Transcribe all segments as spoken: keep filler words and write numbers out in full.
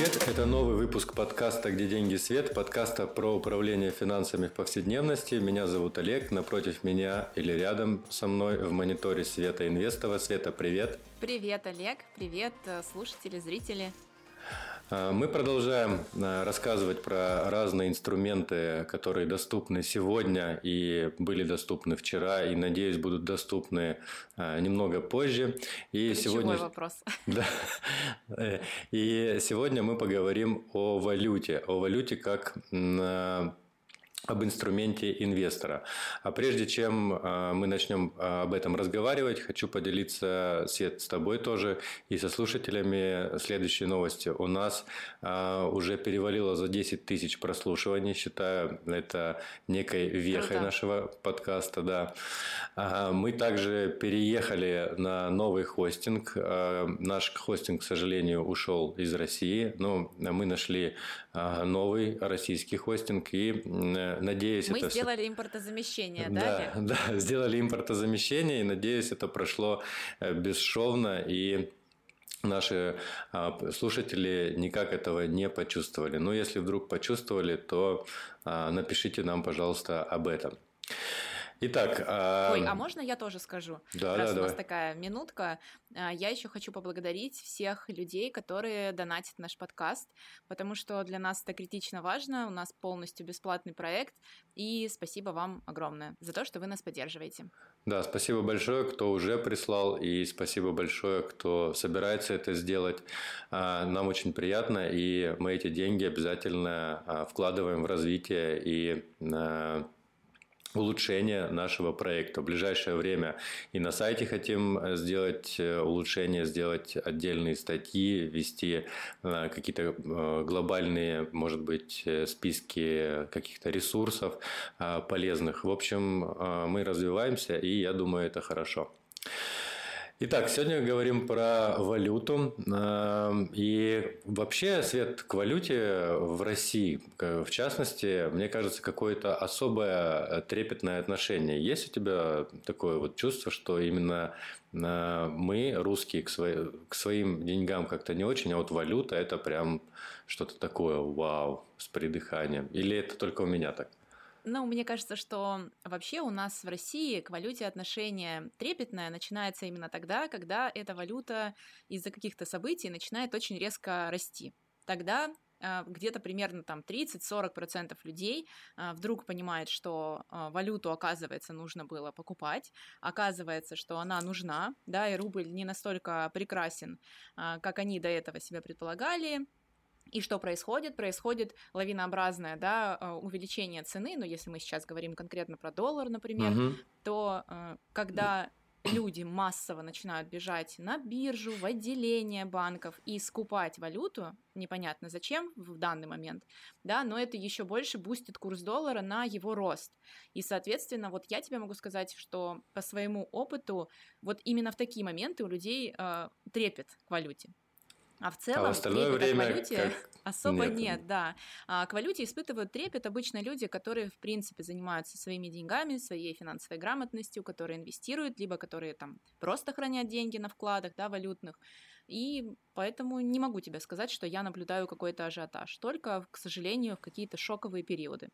привет! Это новый выпуск подкаста «Где деньги, свет», подкаста про управление финансами в повседневности. Меня зовут Олег, напротив меня или рядом со мной в мониторе Света Инвестова. Света, привет! Привет, Олег! Привет, слушатели, зрители! Мы продолжаем рассказывать про разные инструменты, которые доступны сегодня и были доступны вчера, и, надеюсь, будут доступны немного позже. И Ключевой сегодня... вопрос. Да. И сегодня мы поговорим о валюте, о валюте как об инструменте инвестора. А прежде чем мы начнем об этом разговаривать, хочу поделиться, Свет, с тобой тоже и со слушателями следующей новостью. У нас уже перевалило за десять тысяч прослушиваний, считаю это некой вехой Круто. Нашего подкаста. Да. Мы также переехали на новый хостинг. Наш хостинг, к сожалению, ушел из России, но мы нашли новый российский хостинг и надеюсь, Мы это сделали все... импортозамещение, да? Да, да, сделали импортозамещение, и надеюсь, это прошло бесшовно, и наши слушатели никак этого не почувствовали. Но если вдруг почувствовали, то напишите нам, пожалуйста, об этом. Итак, Ой, а можно я тоже скажу? Да, Раз да, у давай. нас такая минутка, я еще хочу поблагодарить всех людей, которые донатят наш подкаст, потому что для нас это критично важно, у нас полностью бесплатный проект, и спасибо вам огромное за то, что вы нас поддерживаете. Да, спасибо большое, кто уже прислал, и спасибо большое, кто собирается это сделать. Нам очень приятно, и мы эти деньги обязательно вкладываем в развитие и улучшение нашего проекта. В ближайшее время и на сайте хотим сделать улучшение, сделать отдельные статьи, ввести какие-то глобальные, может быть, списки каких-то ресурсов полезных. В общем, мы развиваемся, и я думаю, это хорошо. Итак, сегодня говорим про валюту. И вообще, Свет, к валюте в России, в частности, мне кажется, какое-то особое трепетное отношение. Есть у тебя такое вот чувство, что именно мы, русские, к, свои, к своим деньгам как-то не очень, а вот валюта – это прям что-то такое вау, с придыханием? Или это только у меня так? Ну, мне кажется, что вообще у нас в России к валюте отношение трепетное начинается именно тогда, когда эта валюта из-за каких-то событий начинает очень резко расти. Тогда э, где-то примерно там тридцать-сорок процентов людей э, вдруг понимает, что э, валюту, оказывается, нужно было покупать, оказывается, что она нужна, да, и рубль не настолько прекрасен, э, как они до этого себя предполагали. И что происходит? Происходит лавинообразное, да, увеличение цены, но если мы сейчас говорим конкретно про доллар, например, угу. то э, когда люди массово начинают бежать на биржу, в отделение банков и скупать валюту, непонятно зачем в данный момент, да, но это еще больше бустит курс доллара на его рост. И, соответственно, вот я тебе могу сказать, что по своему опыту вот именно в такие моменты у людей э, трепет к валюте. А в целом а в остальное время к валюте как... особо нет. нет, да. А к валюте испытывают трепет обычно люди, которые, в принципе, занимаются своими деньгами, своей финансовой грамотностью, которые инвестируют, либо которые там просто хранят деньги на вкладах, да, валютных. И поэтому не могу тебе сказать, что я наблюдаю какой-то ажиотаж, только, к сожалению, в какие-то шоковые периоды.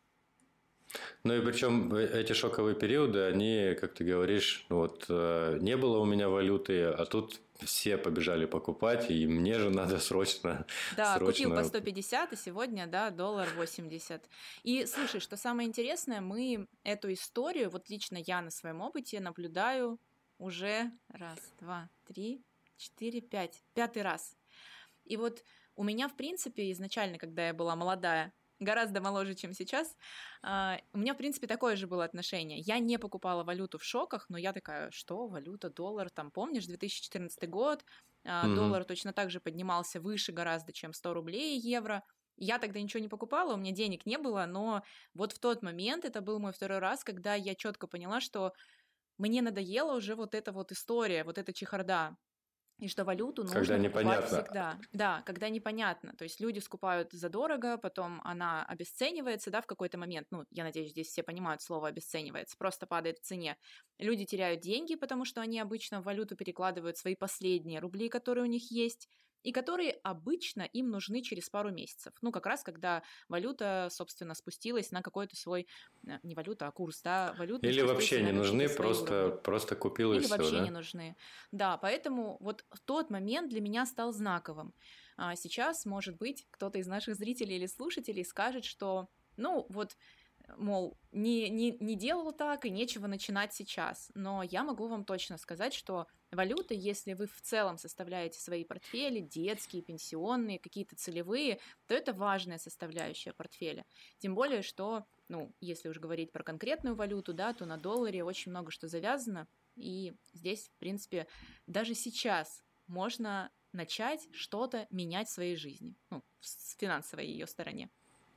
Ну и причем эти шоковые периоды, они, как ты говоришь, вот не было у меня валюты, а тут все побежали покупать, и мне же надо срочно... Да, срочно... купил по сто пятьдесят, и сегодня, да, доллар восемьдесят. И слушай, что самое интересное, мы эту историю, вот лично я на своем опыте наблюдаю уже раз, два, три, четыре, пять, пятый раз. И вот у меня, в принципе, изначально, когда я была молодая, гораздо моложе, чем сейчас, у меня, в принципе, такое же было отношение. Я не покупала валюту в шоках, но я такая, что, валюта, доллар, там, помнишь, две тысячи четырнадцатый год, mm-hmm. доллар точно так же поднимался выше гораздо, чем сто рублей евро. Я тогда ничего не покупала, у меня денег не было, но вот в тот момент, это был мой второй раз, когда я четко поняла, что мне надоела уже вот эта вот история, вот эта чехарда. И что валюту нужно когда покупать непонятно. всегда. Да, когда непонятно. То есть люди скупают задорого, потом она обесценивается, да, в какой-то момент. Ну, я надеюсь, здесь все понимают слово «обесценивается», просто падает в цене. Люди теряют деньги, потому что они обычно в валюту перекладывают свои последние рубли, которые у них есть, и которые обычно им нужны через пару месяцев. Ну, как раз когда валюта, собственно, спустилась на какой-то свой, не валюта, а курс, да, валютный Или вообще спустился не на нужны, какие-то свои просто, уровни. просто купил и Или все, вообще не да? нужны. Да, поэтому вот в тот момент для меня стал знаковым. А сейчас, может быть, кто-то из наших зрителей или слушателей скажет, что, ну, вот, мол, не, не, не делал так и нечего начинать сейчас. Но я могу вам точно сказать, что валюта, если вы в целом составляете свои портфели, детские, пенсионные, какие-то целевые, то это важная составляющая портфеля. Тем более, что, ну, если уж говорить про конкретную валюту, да, то на долларе очень много что завязано, и здесь, в принципе, даже сейчас можно начать что-то менять в своей жизни, ну, в финансовой ее стороне.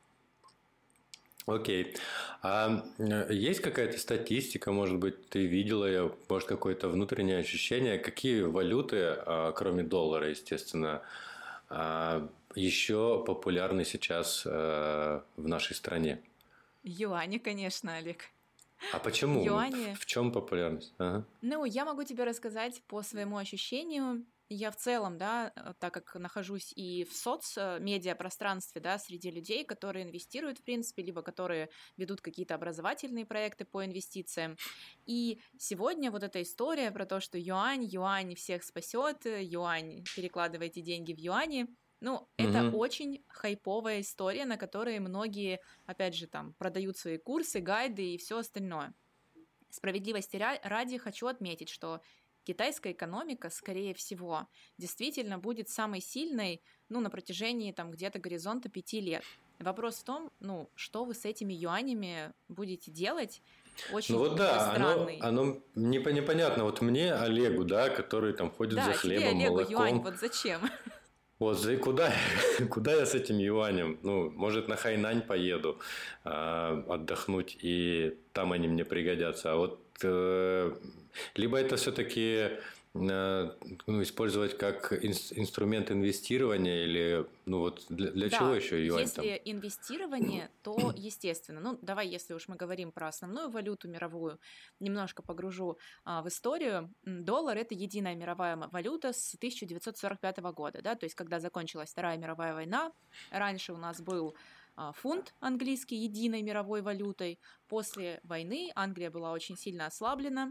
Окей. А э, есть какая-то статистика, может быть, ты видела ее, может, какое-то внутреннее ощущение, какие валюты, а, кроме доллара, естественно, а, еще популярны сейчас э, в нашей стране? Юани, конечно, Олег. А почему? Вот Юани. в, в чем популярность? Ага. Ну, я могу тебе рассказать по своему ощущению. Я в целом, да, э, так как нахожусь и в соцмедиапространстве, да, среди людей, которые инвестируют, в принципе, либо которые ведут какие-то образовательные проекты по инвестициям. И сегодня вот эта история про то, что юань, юань всех спасет, юань, перекладывайте деньги в юани, ну, это Мгм. очень хайповая история, на которой многие, опять же, там, продают свои курсы, гайды и все остальное. Справедливости ря- ради хочу отметить, что китайская экономика, скорее всего, действительно будет самой сильной, ну, на протяжении там где-то горизонта пяти лет. Вопрос в том, ну, что вы с этими юанями будете делать, Ну очень вот такой да, оно, странный. оно непо- непонятно. Вот мне, Олегу, да, который там ходит за Да, тебе, хлебом, Олегу, юань, молоком, вот зачем? вот за куда, куда я с этим юанем? Ну, может, на Хайнань поеду а, отдохнуть, и там они мне пригодятся. А вот э, либо это все-таки ну, использовать как инс- инструмент инвестирования, или ну вот для, для чего Да, еще юань там? если инвестирование, то естественно. Ну, давай, если уж мы говорим про основную валюту мировую, немножко погружу а, в историю. М, Доллар – это единая мировая м- валюта с тысяча девятьсот сорок пятого года, да, то есть когда закончилась Вторая мировая война, раньше у нас был а, фунт английский единой мировой валютой. После войны Англия была очень сильно ослаблена,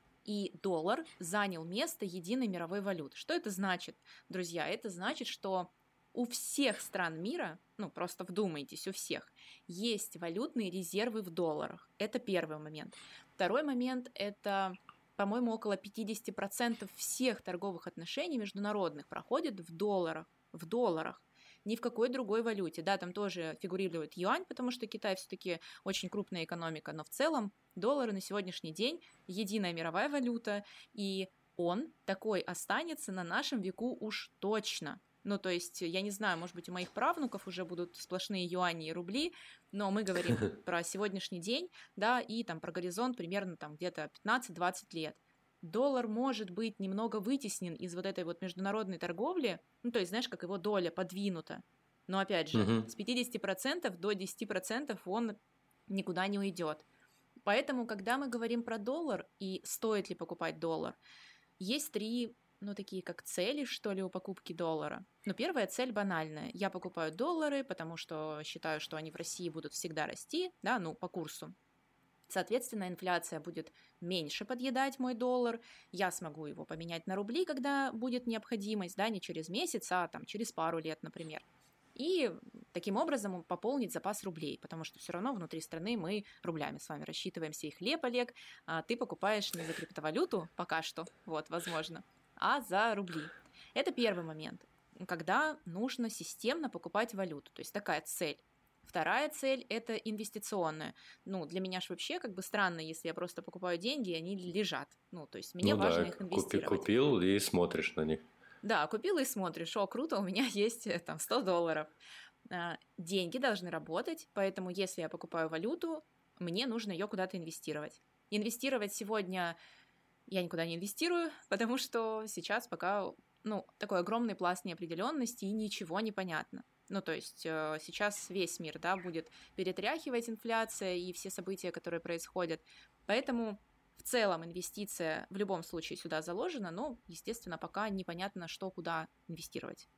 и доллар занял место единой мировой валюты. Что это значит, друзья? Это значит, что у всех стран мира, ну просто вдумайтесь, у всех, есть валютные резервы в долларах. Это первый момент. Второй момент – это, по-моему, около пятьдесят процентов всех торговых отношений международных проходит в долларах. В долларах. Ни в какой другой валюте. Да, там тоже фигурирует юань, потому что Китай все-таки очень крупная экономика, но в целом доллар на сегодняшний день единая мировая валюта, и он такой останется на нашем веку уж точно. Ну, то есть, я не знаю, может быть, у моих правнуков уже будут сплошные юани и рубли, но мы говорим про сегодняшний день, да, и там про горизонт примерно там где-то пятнадцать-двадцать лет. Доллар может быть немного вытеснен из вот этой вот международной торговли, ну, то есть, знаешь, как его доля подвинута. Но, опять же, Мгм. с пятидесяти процентов до десяти процентов он никуда не уйдет. Поэтому, когда мы говорим про доллар и стоит ли покупать доллар, есть три, ну, такие как цели, что ли, у покупки доллара. Но первая цель банальная. Я покупаю доллары, потому что считаю, что они в России будут всегда расти, да, ну, по курсу. Соответственно, инфляция будет меньше подъедать мой доллар, я смогу его поменять на рубли, когда будет необходимость, да, не через месяц, а там через пару лет, например. И таким образом пополнить запас рублей, потому что все равно внутри страны мы рублями с вами рассчитываемся. И хлеб, Олег, а ты покупаешь не за криптовалюту пока что, вот, возможно, а за рубли. Это первый момент, когда нужно системно покупать валюту, то есть такая цель. Вторая цель – это инвестиционная. Ну, для меня же вообще как бы странно, если я просто покупаю деньги, и они лежат. Ну, то есть мне Ну важно да, их купи, инвестировать. купил и смотришь на них. Да, купила и смотришь, о, круто, у меня есть э, там сто долларов. А, Деньги должны работать, поэтому если я покупаю валюту, мне нужно ее куда-то инвестировать. Инвестировать сегодня я никуда не инвестирую, потому что сейчас пока, ну, такой огромный пласт неопределенности и ничего не понятно. Ну, то есть э, сейчас весь мир, да, будет перетряхивать инфляция и все события, которые происходят. Поэтому в целом инвестиция в любом случае сюда заложена, но, естественно, пока непонятно, что куда инвестировать.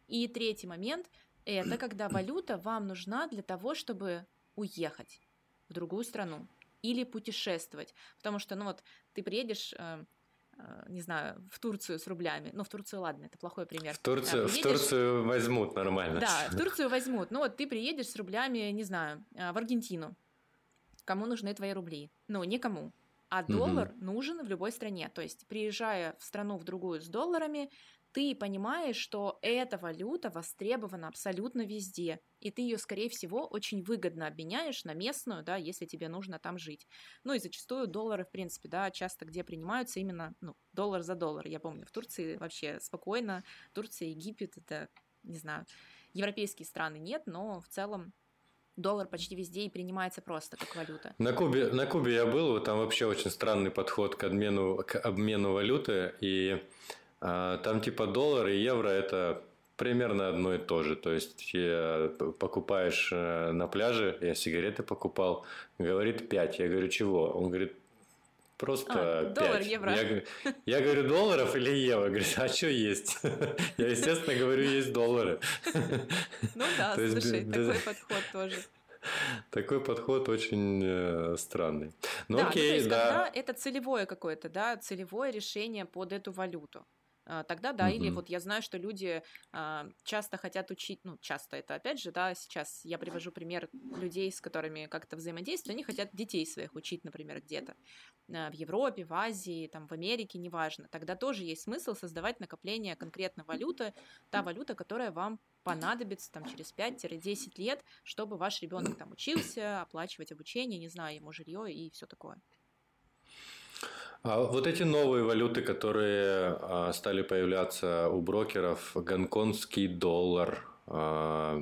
И третий момент – это когда валюта вам нужна для того, чтобы уехать в другую страну или путешествовать. Потому что, ну вот, ты приедешь, э, э, не знаю, в Турцию с рублями. Ну, в Турцию, ладно, это плохой пример. В Турцию, приедешь... в Турцию возьмут нормально. Да, в Турцию возьмут. Ну вот ты приедешь с рублями, не знаю, в Аргентину. Кому нужны твои рубли? Ну, никому. А доллар угу. нужен в любой стране. То есть, приезжая в страну в другую с долларами, ты понимаешь, что эта валюта востребована абсолютно везде, и ты ее, скорее всего, очень выгодно обменяешь на местную, да, если тебе нужно там жить. Ну и зачастую доллары, в принципе, да, часто где принимаются именно, ну, доллар за доллар. Я помню, в Турции вообще спокойно, Турция, Египет, это, не знаю, европейские страны нет, но в целом доллар почти везде и принимается просто как валюта. На Кубе, на Кубе я был, там вообще очень странный подход к обмену, к обмену валюты, и а, там типа доллар и евро – это примерно одно и то же. То есть, я, покупаешь на пляже, я сигареты покупал, говорит пять, я говорю, чего? Он говорит, просто а, пять. Доллар, евро. Я, я говорю, долларов или евро? Говорит, а что есть? Я, естественно, говорю, есть доллары. Ну да, слушай, такой подход тоже. Такой подход очень э, странный. Ну, да, окей, ну, то есть, да. когда это целевое какое-то, да, целевое решение под эту валюту. Тогда да, mm-hmm. или вот я знаю, что люди а, часто хотят учить, ну, часто это опять же, да, сейчас я привожу пример людей, с которыми как-то взаимодействую, они хотят детей своих учить, например, где-то а, в Европе, в Азии, там, в Америке, неважно. Тогда тоже есть смысл создавать накопление конкретно валюты, та валюта, которая вам понадобится там через пять-десять лет, чтобы ваш ребенок там учился, оплачивать обучение, не знаю, ему жилье и все такое. А вот эти новые валюты, которые а, стали появляться у брокеров, гонконгский доллар, а,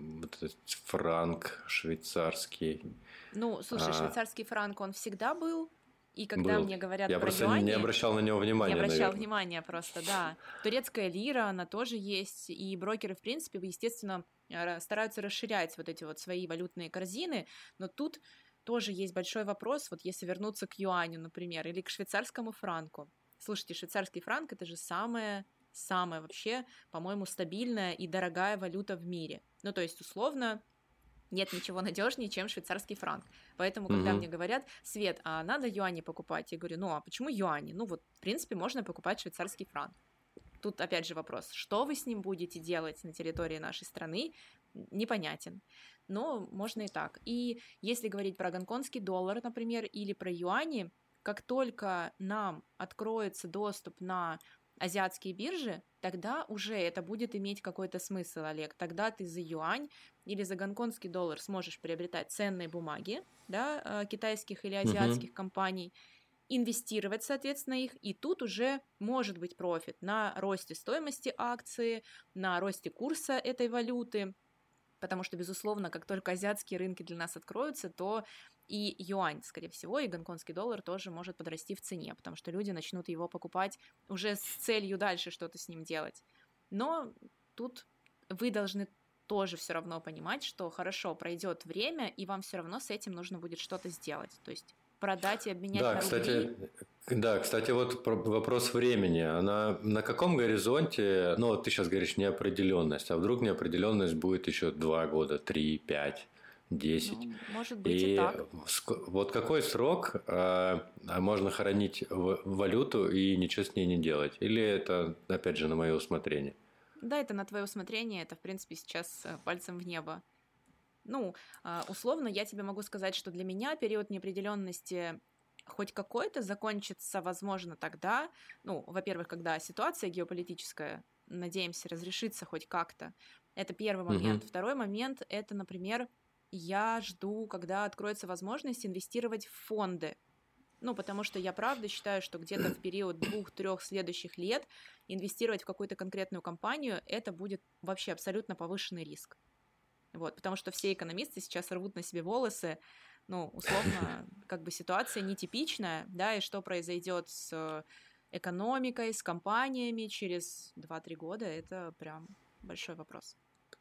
франк швейцарский. Ну, слушай, а, швейцарский франк, он всегда был, и когда был. мне говорят Я про просто юани, не обращал на него внимания, не обращал наверное. внимания просто, да. Турецкая лира, она тоже есть, и брокеры, в принципе, естественно, стараются расширять вот эти вот свои валютные корзины, но тут тоже есть большой вопрос, вот если вернуться к юаню, например, или к швейцарскому франку. Слушайте, швейцарский франк – это же самая, самая вообще, по-моему, стабильная и дорогая валюта в мире. Ну, то есть, условно, нет ничего надежнее, чем швейцарский франк. Поэтому, когда угу. мне говорят, Свет, а надо юани покупать? Я говорю, ну, а почему юани? Ну, вот, в принципе, можно покупать швейцарский франк. Тут, опять же, вопрос, что вы с ним будете делать на территории нашей страны, непонятен. Но можно и так. И если говорить про гонконгский доллар, например, или про юани, как только нам откроется доступ на азиатские биржи, тогда уже это будет иметь какой-то смысл, Олег. Тогда ты за юань или за гонконгский доллар сможешь приобретать ценные бумаги, да, китайских или азиатских uh-huh. компаний, инвестировать, соответственно, их, и тут уже может быть профит на росте стоимости акции, на росте курса этой валюты, потому что, безусловно, как только азиатские рынки для нас откроются, то и юань, скорее всего, и гонконгский доллар тоже может подрасти в цене, потому что люди начнут его покупать уже с целью дальше что-то с ним делать. Но тут вы должны тоже все равно понимать, что хорошо, пройдет время, и вам все равно с этим нужно будет что-то сделать, то есть продать и обменять да, на кстати, рубли. Да, кстати, вот вопрос времени. Она на каком горизонте, ну, вот ты сейчас говоришь неопределенность, а вдруг неопределенность будет еще два года, три, пять, десять? Ну, может быть и, и так. Вот какой срок а, можно хранить валюту и ничего с ней не делать? Или это, опять же, на мое усмотрение? Да, это на твое усмотрение, это, в принципе, сейчас пальцем в небо. Ну, условно, я тебе могу сказать, что для меня период неопределенности хоть какой-то закончится, возможно, тогда, ну, во-первых, когда ситуация геополитическая, надеемся, разрешится хоть как-то. Это первый момент. Uh-huh. Второй момент – это, например, я жду, когда откроется возможность инвестировать в фонды. Ну, потому что я правда считаю, что где-то в период двух-трех следующих лет инвестировать в какую-то конкретную компанию – это будет вообще абсолютно повышенный риск. Вот, потому что все экономисты сейчас рвут на себе волосы, ну, условно, как бы ситуация нетипичная, да, и что произойдет с экономикой, с компаниями через два-три года, это прям большой вопрос.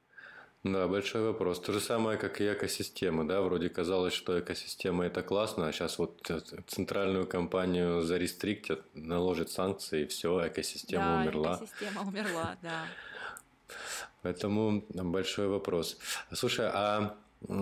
Да, большой вопрос. То же самое, как и экосистема, да, вроде казалось, что экосистема это классно, а сейчас вот центральную компанию зарестриктят, наложат санкции, и все, экосистема да, умерла. экосистема умерла, да. Поэтому большой вопрос. Слушай, а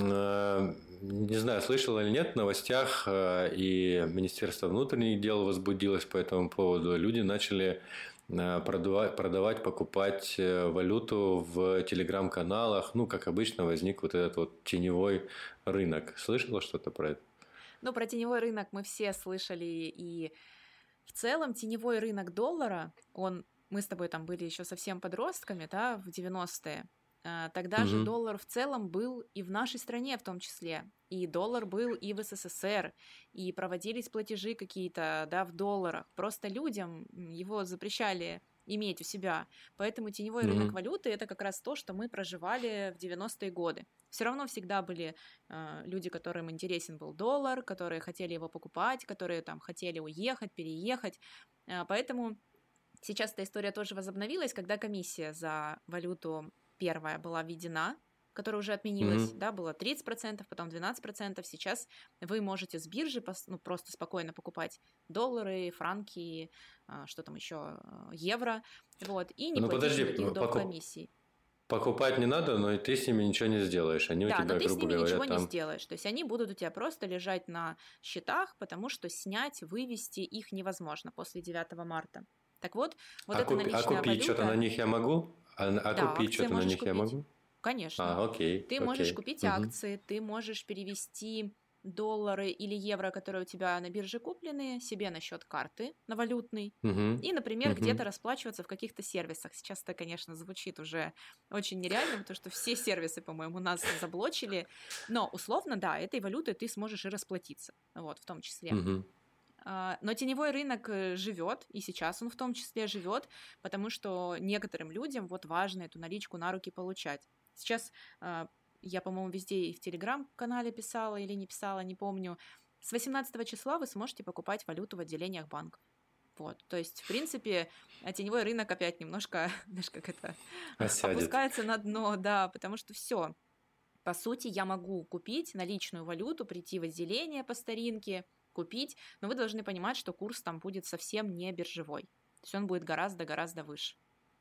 э, не знаю, слышал или нет, в новостях э, и Министерство внутренних дел возбудилось по этому поводу. Люди начали э, продавать, продавать, покупать э, валюту в телеграм-каналах. Ну, как обычно, возник вот этот вот теневой рынок. Слышала что-то про это? Ну, про теневой рынок мы все слышали, и в целом теневой рынок доллара, он, мы с тобой там были еще совсем подростками, да, в девяностые, а, тогда же Угу. доллар в целом был и в нашей стране в том числе, и доллар был и в СССР, и проводились платежи какие-то, да, в долларах, просто людям его запрещали иметь у себя, поэтому теневой рынок Угу. валюты – это как раз то, что мы проживали в девяностые годы. Все равно всегда были э, люди, которым интересен был доллар, которые хотели его покупать, которые там хотели уехать, переехать. Э, поэтому сейчас эта история тоже возобновилась, когда комиссия за валюту первая была введена, которая уже отменилась, Угу. да, было тридцать процентов, потом двенадцать процентов. Сейчас вы можете с биржи ну, просто спокойно покупать доллары, франки, э, что там еще, э, евро, вот, и не Ну платить подожди, никаких доп. покуп... Комиссий. покупать не надо, но и ты с ними ничего не сделаешь. Они у Да, но тебя, ты с грубо ними говоря, ничего не там... сделаешь. То есть они будут у тебя просто лежать на счетах, потому что снять, вывести их невозможно после девятого марта. Так вот, вот А, эта купи... а наличная купить что-то на валюта, них я могу? А, а да, купить акции что-то на можешь них я купить. могу? Конечно. А, окей, Ты можешь окей. купить Угу. акции, ты можешь перевести доллары или евро, которые у тебя на бирже куплены, себе на счет карты, на валютный, Угу. и, например, где-то Угу. расплачиваться в каких-то сервисах. Сейчас это, конечно, звучит уже очень нереально, потому что все сервисы, по-моему, нас заблочили, но условно, да, этой валютой ты сможешь и расплатиться, вот, в том числе. Угу. А, Но теневой рынок э, живет, и сейчас он в том числе живет, потому что некоторым людям вот важно эту наличку на руки получать. Сейчас а, я, по-моему, везде и в Телеграм-канале писала или не писала, не помню. С восемнадцатого числа вы сможете покупать валюту в отделениях банков. Вот, то есть, в принципе, а теневой рынок опять немножко, знаешь, как это, Осядет. опускается на дно, да, потому что все, по сути, я могу купить наличную валюту, прийти в отделение по старинке, купить, но вы должны понимать, что курс там будет совсем не биржевой. То есть он будет гораздо-гораздо выше.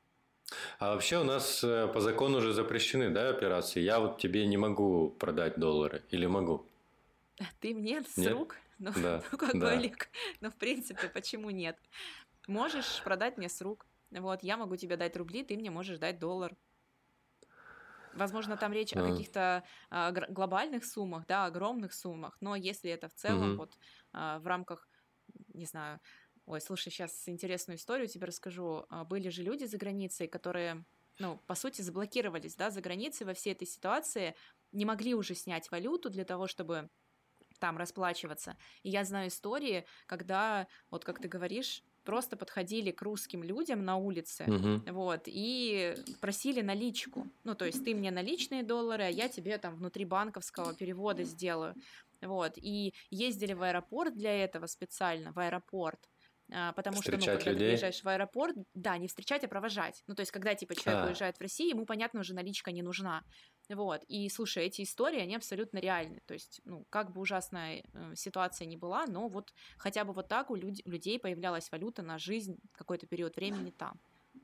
А вообще у нас э, по закону уже запрещены, да, операции? Я вот тебе не могу продать доллары. Или могу? Ты мне с Нет? рук? Ну, Да, ну как бы, да. Олег, ну, в принципе, почему нет? Можешь продать мне с рук. Вот, я могу тебе дать рубли, ты мне можешь дать доллар. Возможно, там речь о А, каких-то а, гр- глобальных суммах, да, огромных суммах, но если это в целом мгм. вот а, в рамках, не знаю, ой, слушай, сейчас интересную историю тебе расскажу. А, Были же люди за границей, которые, ну, по сути, заблокировались, да, за границей во всей этой ситуации, не могли уже снять валюту для того, чтобы там расплачиваться. И я знаю истории, когда, вот как ты говоришь, просто подходили к русским людям на улице, Мгм. вот, и просили наличку. Ну, то есть ты мне наличные доллары, а я тебе там внутри банковского перевода сделаю. Вот, и ездили в аэропорт для этого специально, в аэропорт, а, потому что, ну, Встречать когда ты людей? приезжаешь в аэропорт, да, не встречать, а провожать. Ну, то есть, когда, типа, человек А, уезжает в Россию, ему, понятно, уже наличка не нужна. Вот, и, слушай, эти истории, они абсолютно реальны. То есть, ну, как бы ужасная э, ситуация ни была, но вот хотя бы вот так у, люд- у людей появлялась валюта на жизнь какой-то период времени там.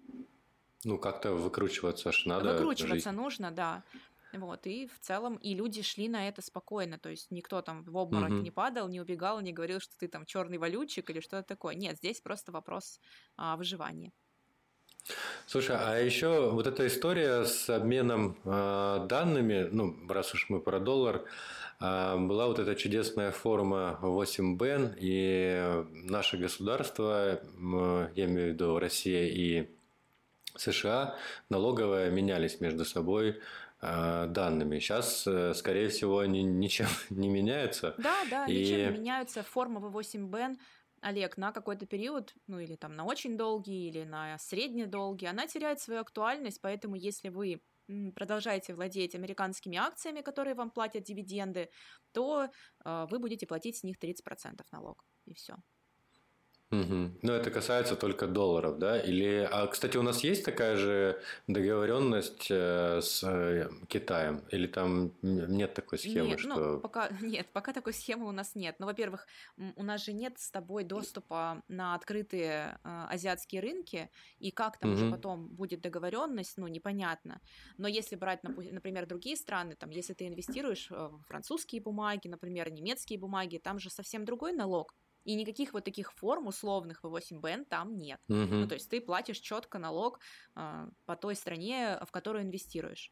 ну как-то выкручиваться аж надо Выкручиваться жизнь. нужно, да. Вот, и в целом, и люди шли на это спокойно, то есть никто там в обморок Мгм. не падал, не убегал, не говорил, что ты там черный валютчик или что-то такое. Нет, здесь просто вопрос а, выживания. Слушай, а еще вот эта история с обменом э, данными, ну, раз уж мы про доллар, э, была вот эта чудесная форма восемь бен, и наше государство, м, я имею в виду Россия и США, налоговая менялись между собой э, данными. Сейчас, э, скорее всего, они ничем не меняются. Да, да, ничем не И меняются формы ви восемь бен, Олег, на какой-то период, ну или там на очень долгий, или на среднедолгий, она теряет свою актуальность, поэтому если вы м, продолжаете владеть американскими акциями, которые вам платят дивиденды, то э, вы будете платить с них тридцать процентов налог, и все. Мгм. Но это касается только долларов, да? Или, а, кстати, у нас есть такая же договоренность э, с э, Китаем? Или там н- нет такой схемы, Не, ну, что... пока нет, пока такой схемы у нас нет. Ну, во-первых, м, у нас же нет с тобой доступа на открытые а, азиатские рынки, и как там уже Мгм. потом будет договоренность, ну, непонятно. Но если брать, напу- например, другие страны, там, если ты инвестируешь э, в французские бумаги, например, немецкие бумаги, там же совсем другой налог. И никаких вот таких форм условных в восемь бэ эн там нет. Ну, Мгм. то есть ты платишь четко налог а, по той стране, в которую инвестируешь.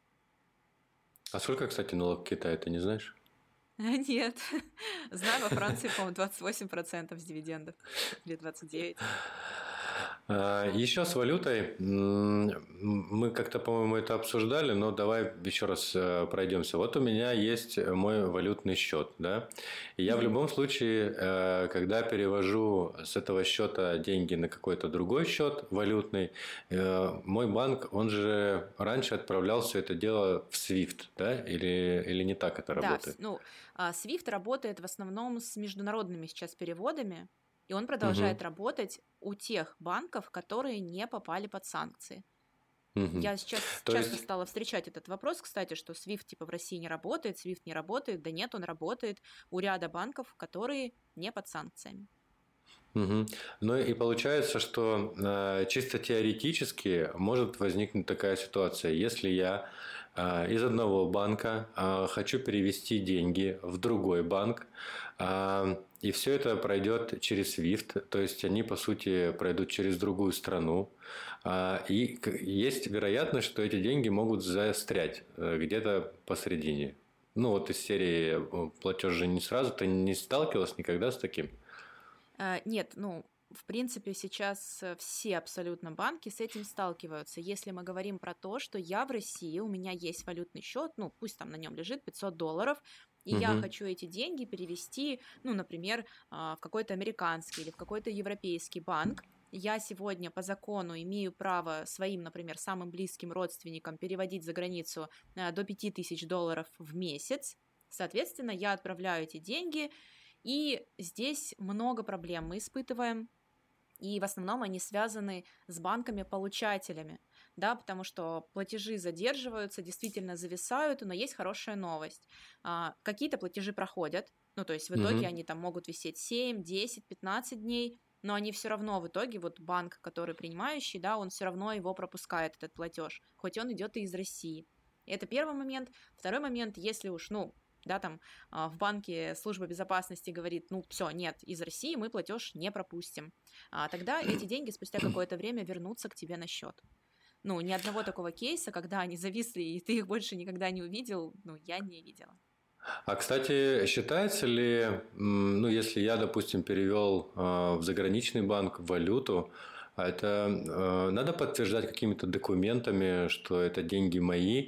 А сколько, кстати, налог Китая, ты не знаешь? Нет. Знаю, во Франции, по-моему, двадцать восемь процентов с дивидендов. Или двадцать девять. А, Еще с валютой м, мы как-то, по-моему, это обсуждали, но давай еще раз э, пройдемся. Вот у меня есть мой валютный счет, да, и я в Мгм. любом случае, э, когда перевожу с этого счета деньги на какой-то другой счет валютный, э, мой банк, он же раньше отправлял все это дело в свифт, да, или, или не так это Да, вс- работает? ну, а, свифт работает в основном с международными сейчас переводами, и он Мгм. продолжает работать у тех банков, которые не попали под санкции. Мгм. Я сейчас То часто есть стала встречать этот вопрос, кстати, что свифт типа в России не работает, свифт не работает. Да нет, он работает у ряда банков, которые не под санкциями. Мгм. Ну и получается, что э, чисто теоретически может возникнуть такая ситуация, если я э, из одного банка э, хочу перевести деньги в другой банк, э, и все это пройдет через свифт, то есть они по сути пройдут через другую страну, э, и к- есть вероятность, что эти деньги могут застрять э, где-то посредине. Ну вот из серии э, платеж же не сразу, ты не сталкивалась никогда с таким? Э, Нет, ну, в принципе, сейчас э, все абсолютно банки с этим сталкиваются. Если мы говорим про то, что я в России, у меня есть валютный счет, ну, пусть там на нем лежит пятьсот долларов, и я Мгм. хочу эти деньги перевести, ну, например, а, в какой-то американский или в какой-то европейский банк, я сегодня по закону имею право своим, например, самым близким родственникам переводить за границу э, до пяти тысяч долларов в месяц. Соответственно, я отправляю эти деньги, и здесь много проблем мы испытываем, и в основном они связаны с банками-получателями, да, потому что платежи задерживаются, действительно зависают, но есть хорошая новость. А, какие-то платежи проходят, ну, то есть в итоге Мгм. они там могут висеть семь, десять, пятнадцать дней, но они все равно в итоге, вот банк, который принимающий, да, он все равно его пропускает, этот платеж, хоть он идет и из России. Это первый момент. Второй момент, если уж, ну, да, там а, в банке служба безопасности говорит, ну, все, нет, из России мы платеж не пропустим, а, тогда эти деньги спустя какое-то время вернутся к тебе на счет. Ну, ни одного такого кейса, когда они зависли, и ты их больше никогда не увидел, ну, я не видела. А, кстати, считается ли, м, ну, если я, допустим, перевел э, в заграничный банк валюту, а это э, надо подтверждать какими-то документами, что это деньги мои,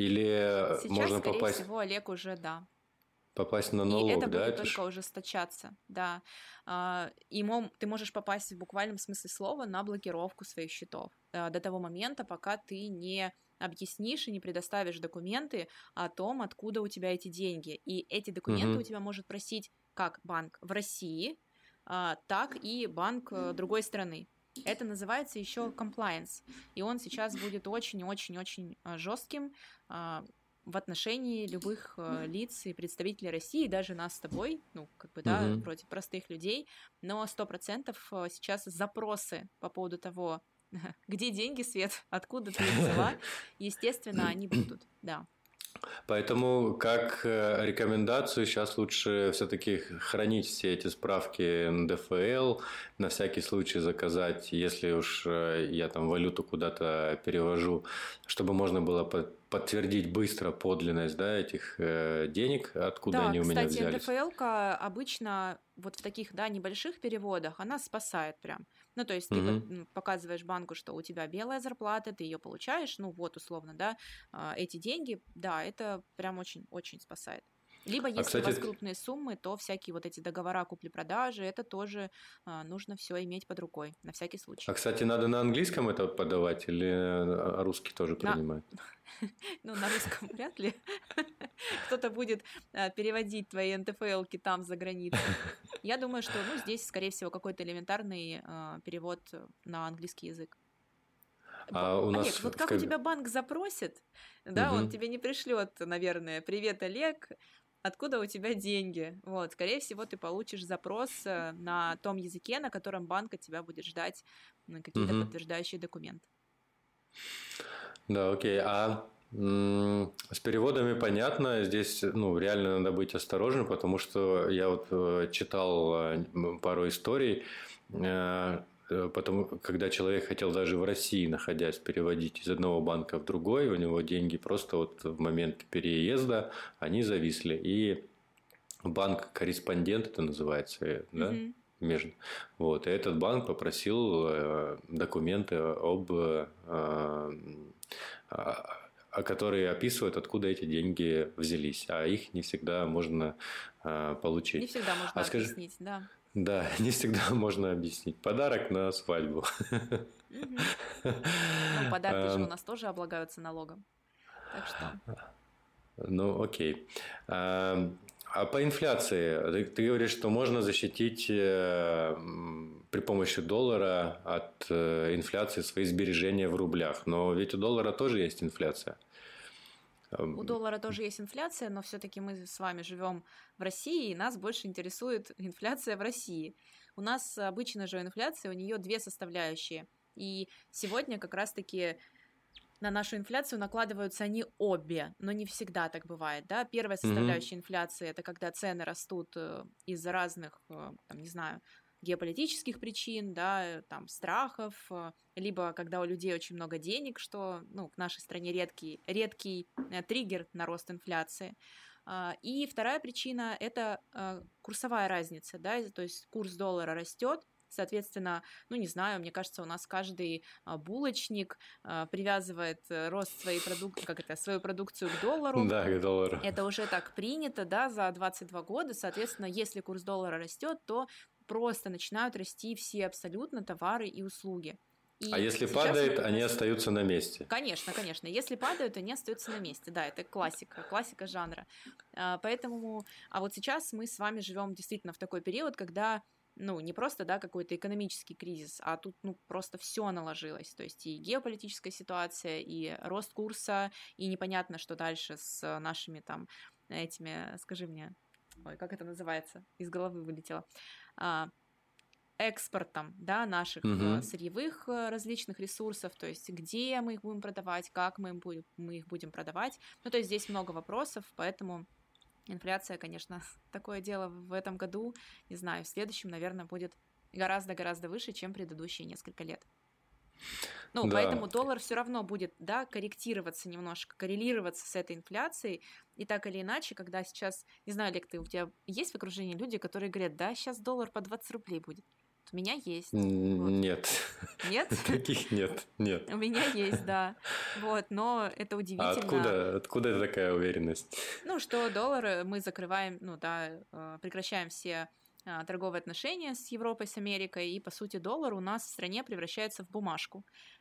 или Сейчас, можно скорее попасть, всего, Олег уже, да. попасть на И это налог, да? будет Это только ж... ужесточаться, да. А, И мом- ты можешь попасть в буквальном смысле слова на блокировку своих счетов а, до того момента, пока ты не объяснишь и не предоставишь документы о том, откуда у тебя эти деньги. И эти документы у Мгм. тебя может просить как банк в России, а, так и банк э, другой страны. Это называется еще compliance, и он сейчас будет очень-очень-очень жестким в отношении любых э, лиц и представителей России, даже нас с тобой, ну, как бы, да, Мгм. вроде простых людей, но сто процентов э, сейчас запросы по поводу того, где деньги, Свет, откуда ты их взяла, естественно, они будут, да. Поэтому как э, рекомендацию сейчас лучше все-таки хранить все эти справки эн дэ эф эл, на всякий случай заказать, если уж э, я там валюту куда-то перевожу, чтобы можно было под- подтвердить быстро подлинность, да, этих э, денег, откуда Да, они у меня кстати, взялись. эн дэ эф эл-ка обычно вот в таких, да, небольших переводах, она спасает прям. Ну, то есть ты под- Мгм. м, показываешь банку, что у тебя белая зарплата, ты ее получаешь, ну, вот, условно, да, а, эти деньги, да, это прям очень-очень спасает. Либо, А, если у вас кстати, крупные суммы, то всякие вот эти договора купли-продажи, это тоже а, нужно все иметь под рукой, на всякий а, случай. кстати, надо на английском это подавать или э, русский тоже На, принимает? ну, на русском вряд ли кто-то будет а, переводить твои эн дэ эф эл-ки там за границей. Я думаю, что, ну, здесь, скорее всего, какой-то элементарный э, перевод на английский язык. А у Олег, нас вот в как у как... тебя банк запросит, да, он Мгм. тебе не пришлет, наверное, привет, Олег, откуда у тебя деньги? Вот, скорее всего, ты получишь запрос э, на том языке, на котором банк от тебя будет ждать м, какие-то Мгм. подтверждающие документы. Да, окей. А м, с переводами понятно. Здесь, ну, реально надо быть осторожным, потому что я вот э, читал э, м, пару историй, э, э, потому, когда человек хотел даже в России, находясь, переводить из одного банка в другой, у него деньги просто вот в момент переезда, они зависли. И банк-корреспондент это называется, э, да? Мгм. Между. Вот. И этот банк попросил э, документы об э, а, а которые описывают, откуда эти деньги взялись, а их не всегда можно а, Не получить. всегда А можно скажи, объяснить, да. да, не всегда можно объяснить. Подарок на свадьбу. Мгм. Ну, подарки же у Ам, нас тоже облагаются налогом, так что... Ну, окей. Ам, А по инфляции, ты, ты говоришь, что можно защитить э, м, при помощи доллара от э, инфляции свои сбережения в рублях. Но ведь у доллара тоже есть инфляция. У Ам, доллара тоже есть инфляция, но все-таки мы с вами живем в России, и нас больше интересует инфляция в России. У нас обычно же инфляция, у нее две составляющие. И сегодня как раз-таки на нашу инфляцию накладываются они обе, но не всегда так бывает, да. Первая мгм. составляющая инфляции – это когда цены растут э, из-за разных, э, там, не знаю, геополитических причин, да, э, там, страхов, э, либо когда у людей очень много денег, что, ну, в нашей стране редкий, редкий э, триггер на рост инфляции. А, И вторая причина – это э, курсовая разница, да, то есть курс доллара растет, соответственно, ну, не знаю, мне кажется, у нас каждый а, булочник а, привязывает э, рост своей продук... как это, свою продукцию к доллару. Да, к доллару. Это уже так принято, да, за двадцать два года. Соответственно, если курс доллара растет, то просто начинают расти все абсолютно товары и услуги. А И если сейчас мы падает, как они раз... остаются на месте. Конечно, конечно. Если падают, они остаются на месте. Да, это классика, классика жанра. А, Поэтому, а вот сейчас мы с вами живем действительно в такой период, когда, ну, не просто, да, какой-то экономический кризис, а тут, ну, просто все наложилось. То есть и геополитическая ситуация, и рост курса, и непонятно, что дальше с нашими там этими, скажи мне, ой, как это называется, из головы вылетело, а, экспортом, да, наших э, Мгм. сырьевых э, различных ресурсов, то есть где мы их будем продавать, как мы, им будем, мы их будем продавать. Ну, то есть здесь много вопросов, поэтому инфляция, конечно, такое дело в этом году, не знаю, в следующем, наверное, будет гораздо-гораздо выше, чем предыдущие несколько лет. Ну, Да. поэтому доллар все равно будет, да, корректироваться немножко, коррелироваться с этой инфляцией, и так или иначе, когда сейчас, не знаю, Олег, ты, у тебя есть в окружении люди, которые говорят, да, сейчас доллар по двадцать рублей будет? Вот у меня есть, вот. Н- Нет. Нет? Таких нет. Нет. У меня есть, да. Вот, но это А удивительно. откуда, откуда такая уверенность? Ну, что доллар мы закрываем, ну да, э, прекращаем все а, торговые отношения с Европой, с Америкой, и, по сути, доллар у нас в стране превращается в бумажку.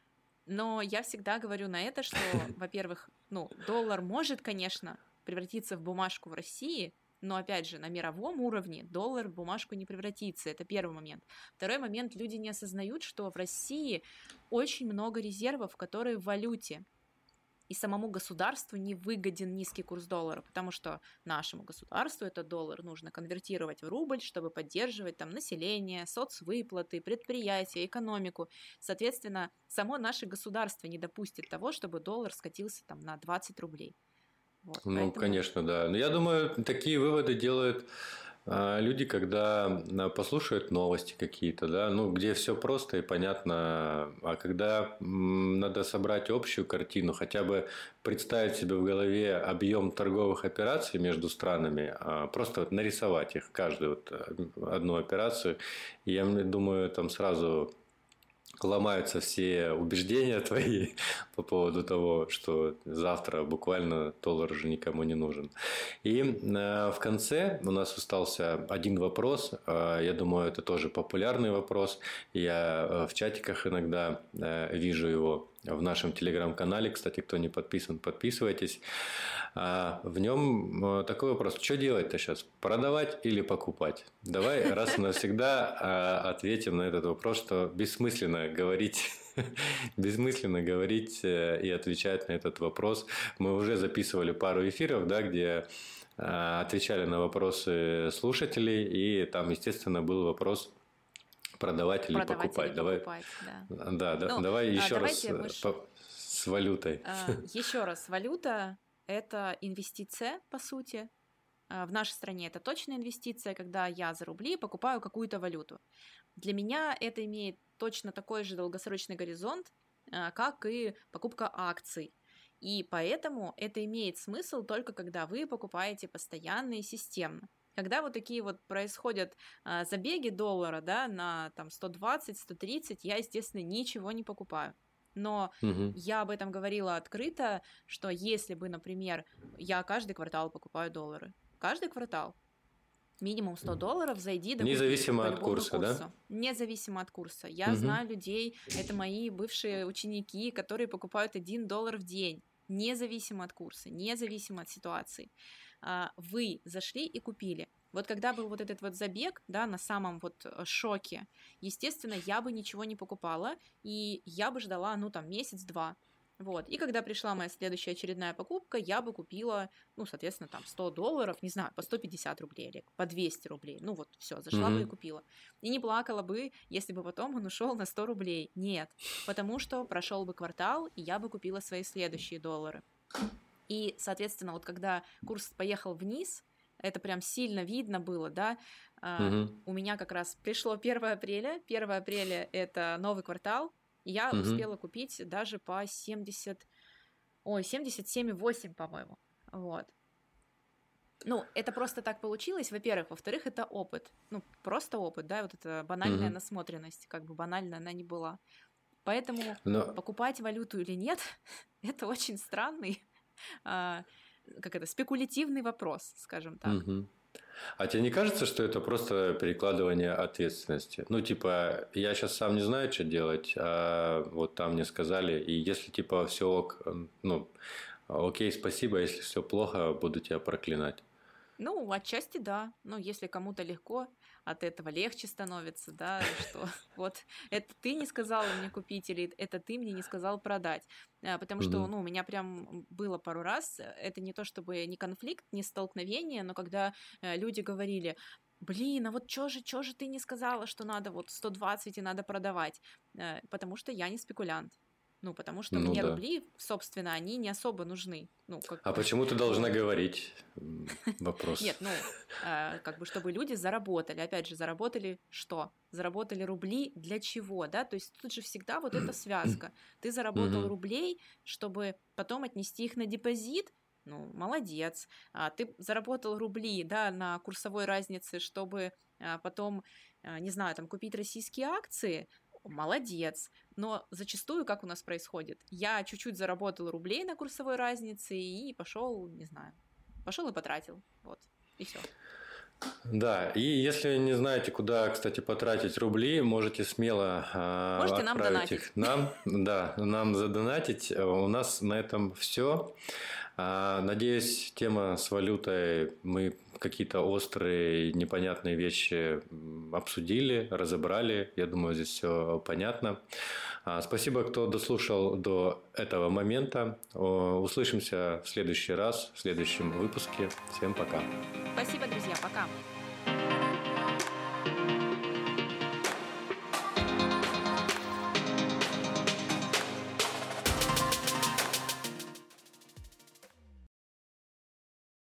Но я всегда говорю на это, что, во-первых, ну, доллар может, конечно, превратиться в бумажку в России, но, опять же, на мировом уровне доллар в бумажку не превратится. Это первый момент. Второй момент. Люди не осознают, что в России очень много резервов, которые в валюте. И самому государству не выгоден низкий курс доллара, потому что нашему государству этот доллар нужно конвертировать в рубль, чтобы поддерживать там население, соцвыплаты, предприятия, экономику. Соответственно, само наше государство не допустит того, чтобы доллар скатился там на двадцать рублей. Вот, Ну, поэтому, конечно, да. Но я думаю, такие выводы делают а, люди, когда а, послушают новости какие-то, да, ну, где все просто и понятно, а когда м, надо собрать общую картину, хотя бы представить себе в голове объем торговых операций между странами, а, просто вот нарисовать их, каждую вот а, одну операцию, и я думаю, там сразу ломаются все убеждения твои по поводу того, что завтра буквально доллар уже никому не нужен. И э, в конце у нас остался один вопрос. Э, я думаю, это тоже популярный вопрос. Я э, в чатиках иногда э, вижу его. в нашем телеграм-канале. Кстати, кто не подписан, подписывайтесь. В нем такой вопрос: что делать-то сейчас? Продавать или покупать? Давай раз и навсегда ответим на этот вопрос, что бессмысленно говорить, бессмысленно говорить и отвечать на этот вопрос. Мы уже записывали пару эфиров, да, где отвечали на вопросы слушателей, и там, естественно, был вопрос: продавать или Продавать покупать. или Давай, покупать, да. да, да, Ну, давай еще раз давайте больше- по- с валютой. А, Еще раз, валюта – это инвестиция, по сути. А, В нашей стране это точная инвестиция, когда я за рубли покупаю какую-то валюту. Для меня это имеет точно такой же долгосрочный горизонт, а, как и покупка акций. И поэтому это имеет смысл только когда вы покупаете постоянно и системно. Когда вот такие вот происходят а, забеги доллара, да, на там сто двадцать, сто тридцать, я, естественно, ничего не покупаю. Но Мгм. я об этом говорила открыто, что если бы, например, я каждый квартал покупаю доллары, каждый квартал, минимум сто долларов, зайди, да купи Независимо по от любому курса, да? курсу. Независимо от курса. Я Мгм. знаю людей, это мои бывшие ученики, которые покупают один доллар в день, независимо от курса, независимо от ситуации. А, Вы зашли и купили. Вот когда был вот этот вот забег, да, на самом вот э, шоке, естественно, я бы ничего не покупала, и я бы ждала, ну, там, месяц-два. Вот. И когда пришла моя следующая очередная покупка, я бы купила, ну, соответственно, там сто долларов, не знаю, по сто пятьдесят рублей или по двести рублей. Ну, вот, все, зашла бы и Мгм. купила. И не плакала бы, если бы потом он ушел на сто рублей. Нет, потому что прошел бы квартал, и я бы купила свои следующие доллары. И, соответственно, вот когда курс поехал вниз, это прям сильно видно было, да, а, Мгм. у меня как раз пришло первое апреля, первое апреля это новый квартал, и я Мгм. успела купить даже по семьдесят, ой, семьдесят семь и восемь, по-моему, вот. Ну, это просто так получилось, во-первых. Во-вторых, это опыт. Ну, просто опыт, да, вот эта банальная Мгм. насмотренность, как бы банально она ни была. Поэтому Но покупать валюту или нет, это очень странный, а, как это, спекулятивный вопрос, скажем так. Мгм. А тебе не кажется, что это просто перекладывание ответственности? Ну, типа, я сейчас сам не знаю, что делать, а вот там мне сказали, и если, типа, все ок, м, ну, окей, спасибо, если все плохо, буду тебя проклинать. Ну, отчасти да. Ну, если кому-то легко, от этого легче становится, да, что вот это ты не сказал мне купить, или это ты мне не сказал продать. А, Потому что, Мгм. ну, у меня прям было пару раз, э, это не то чтобы не конфликт, не столкновение, но когда э, люди говорили: блин, а вот чё же, чё же ты не сказала, что надо вот сто двадцать и надо продавать? Э, Потому что я не спекулянт. Ну, потому что Ну мне да. рубли, собственно, они не особо нужны. Ну, как А бы, почему ты должна вот. говорить? М, Вопрос. Нет, ну, э, как бы, чтобы люди заработали. Опять же, заработали что? Заработали рубли для чего, да? То есть тут же всегда вот эта связка. Ты заработал Мгм. рублей, чтобы потом отнести их на депозит. Ну, молодец. А ты заработал рубли, да, на курсовой разнице, чтобы а, потом, а, не знаю, там, купить российские акции. Молодец. Но зачастую, как у нас происходит, я чуть-чуть заработал рублей на курсовой разнице и пошел, не знаю, пошел и потратил. Вот. И все. Да, и если не знаете, куда, кстати, потратить рубли, можете смело а, Можете нам отправить донатить. их нам, да, нам задонатить. У нас на этом все. Надеюсь, тема с валютой, мы какие-то острые, непонятные вещи м, обсудили, разобрали. Я думаю, здесь все понятно. А, Спасибо, кто дослушал до этого момента. О, Услышимся в следующий раз, в следующем выпуске. Всем пока. Спасибо, друзья. Пока.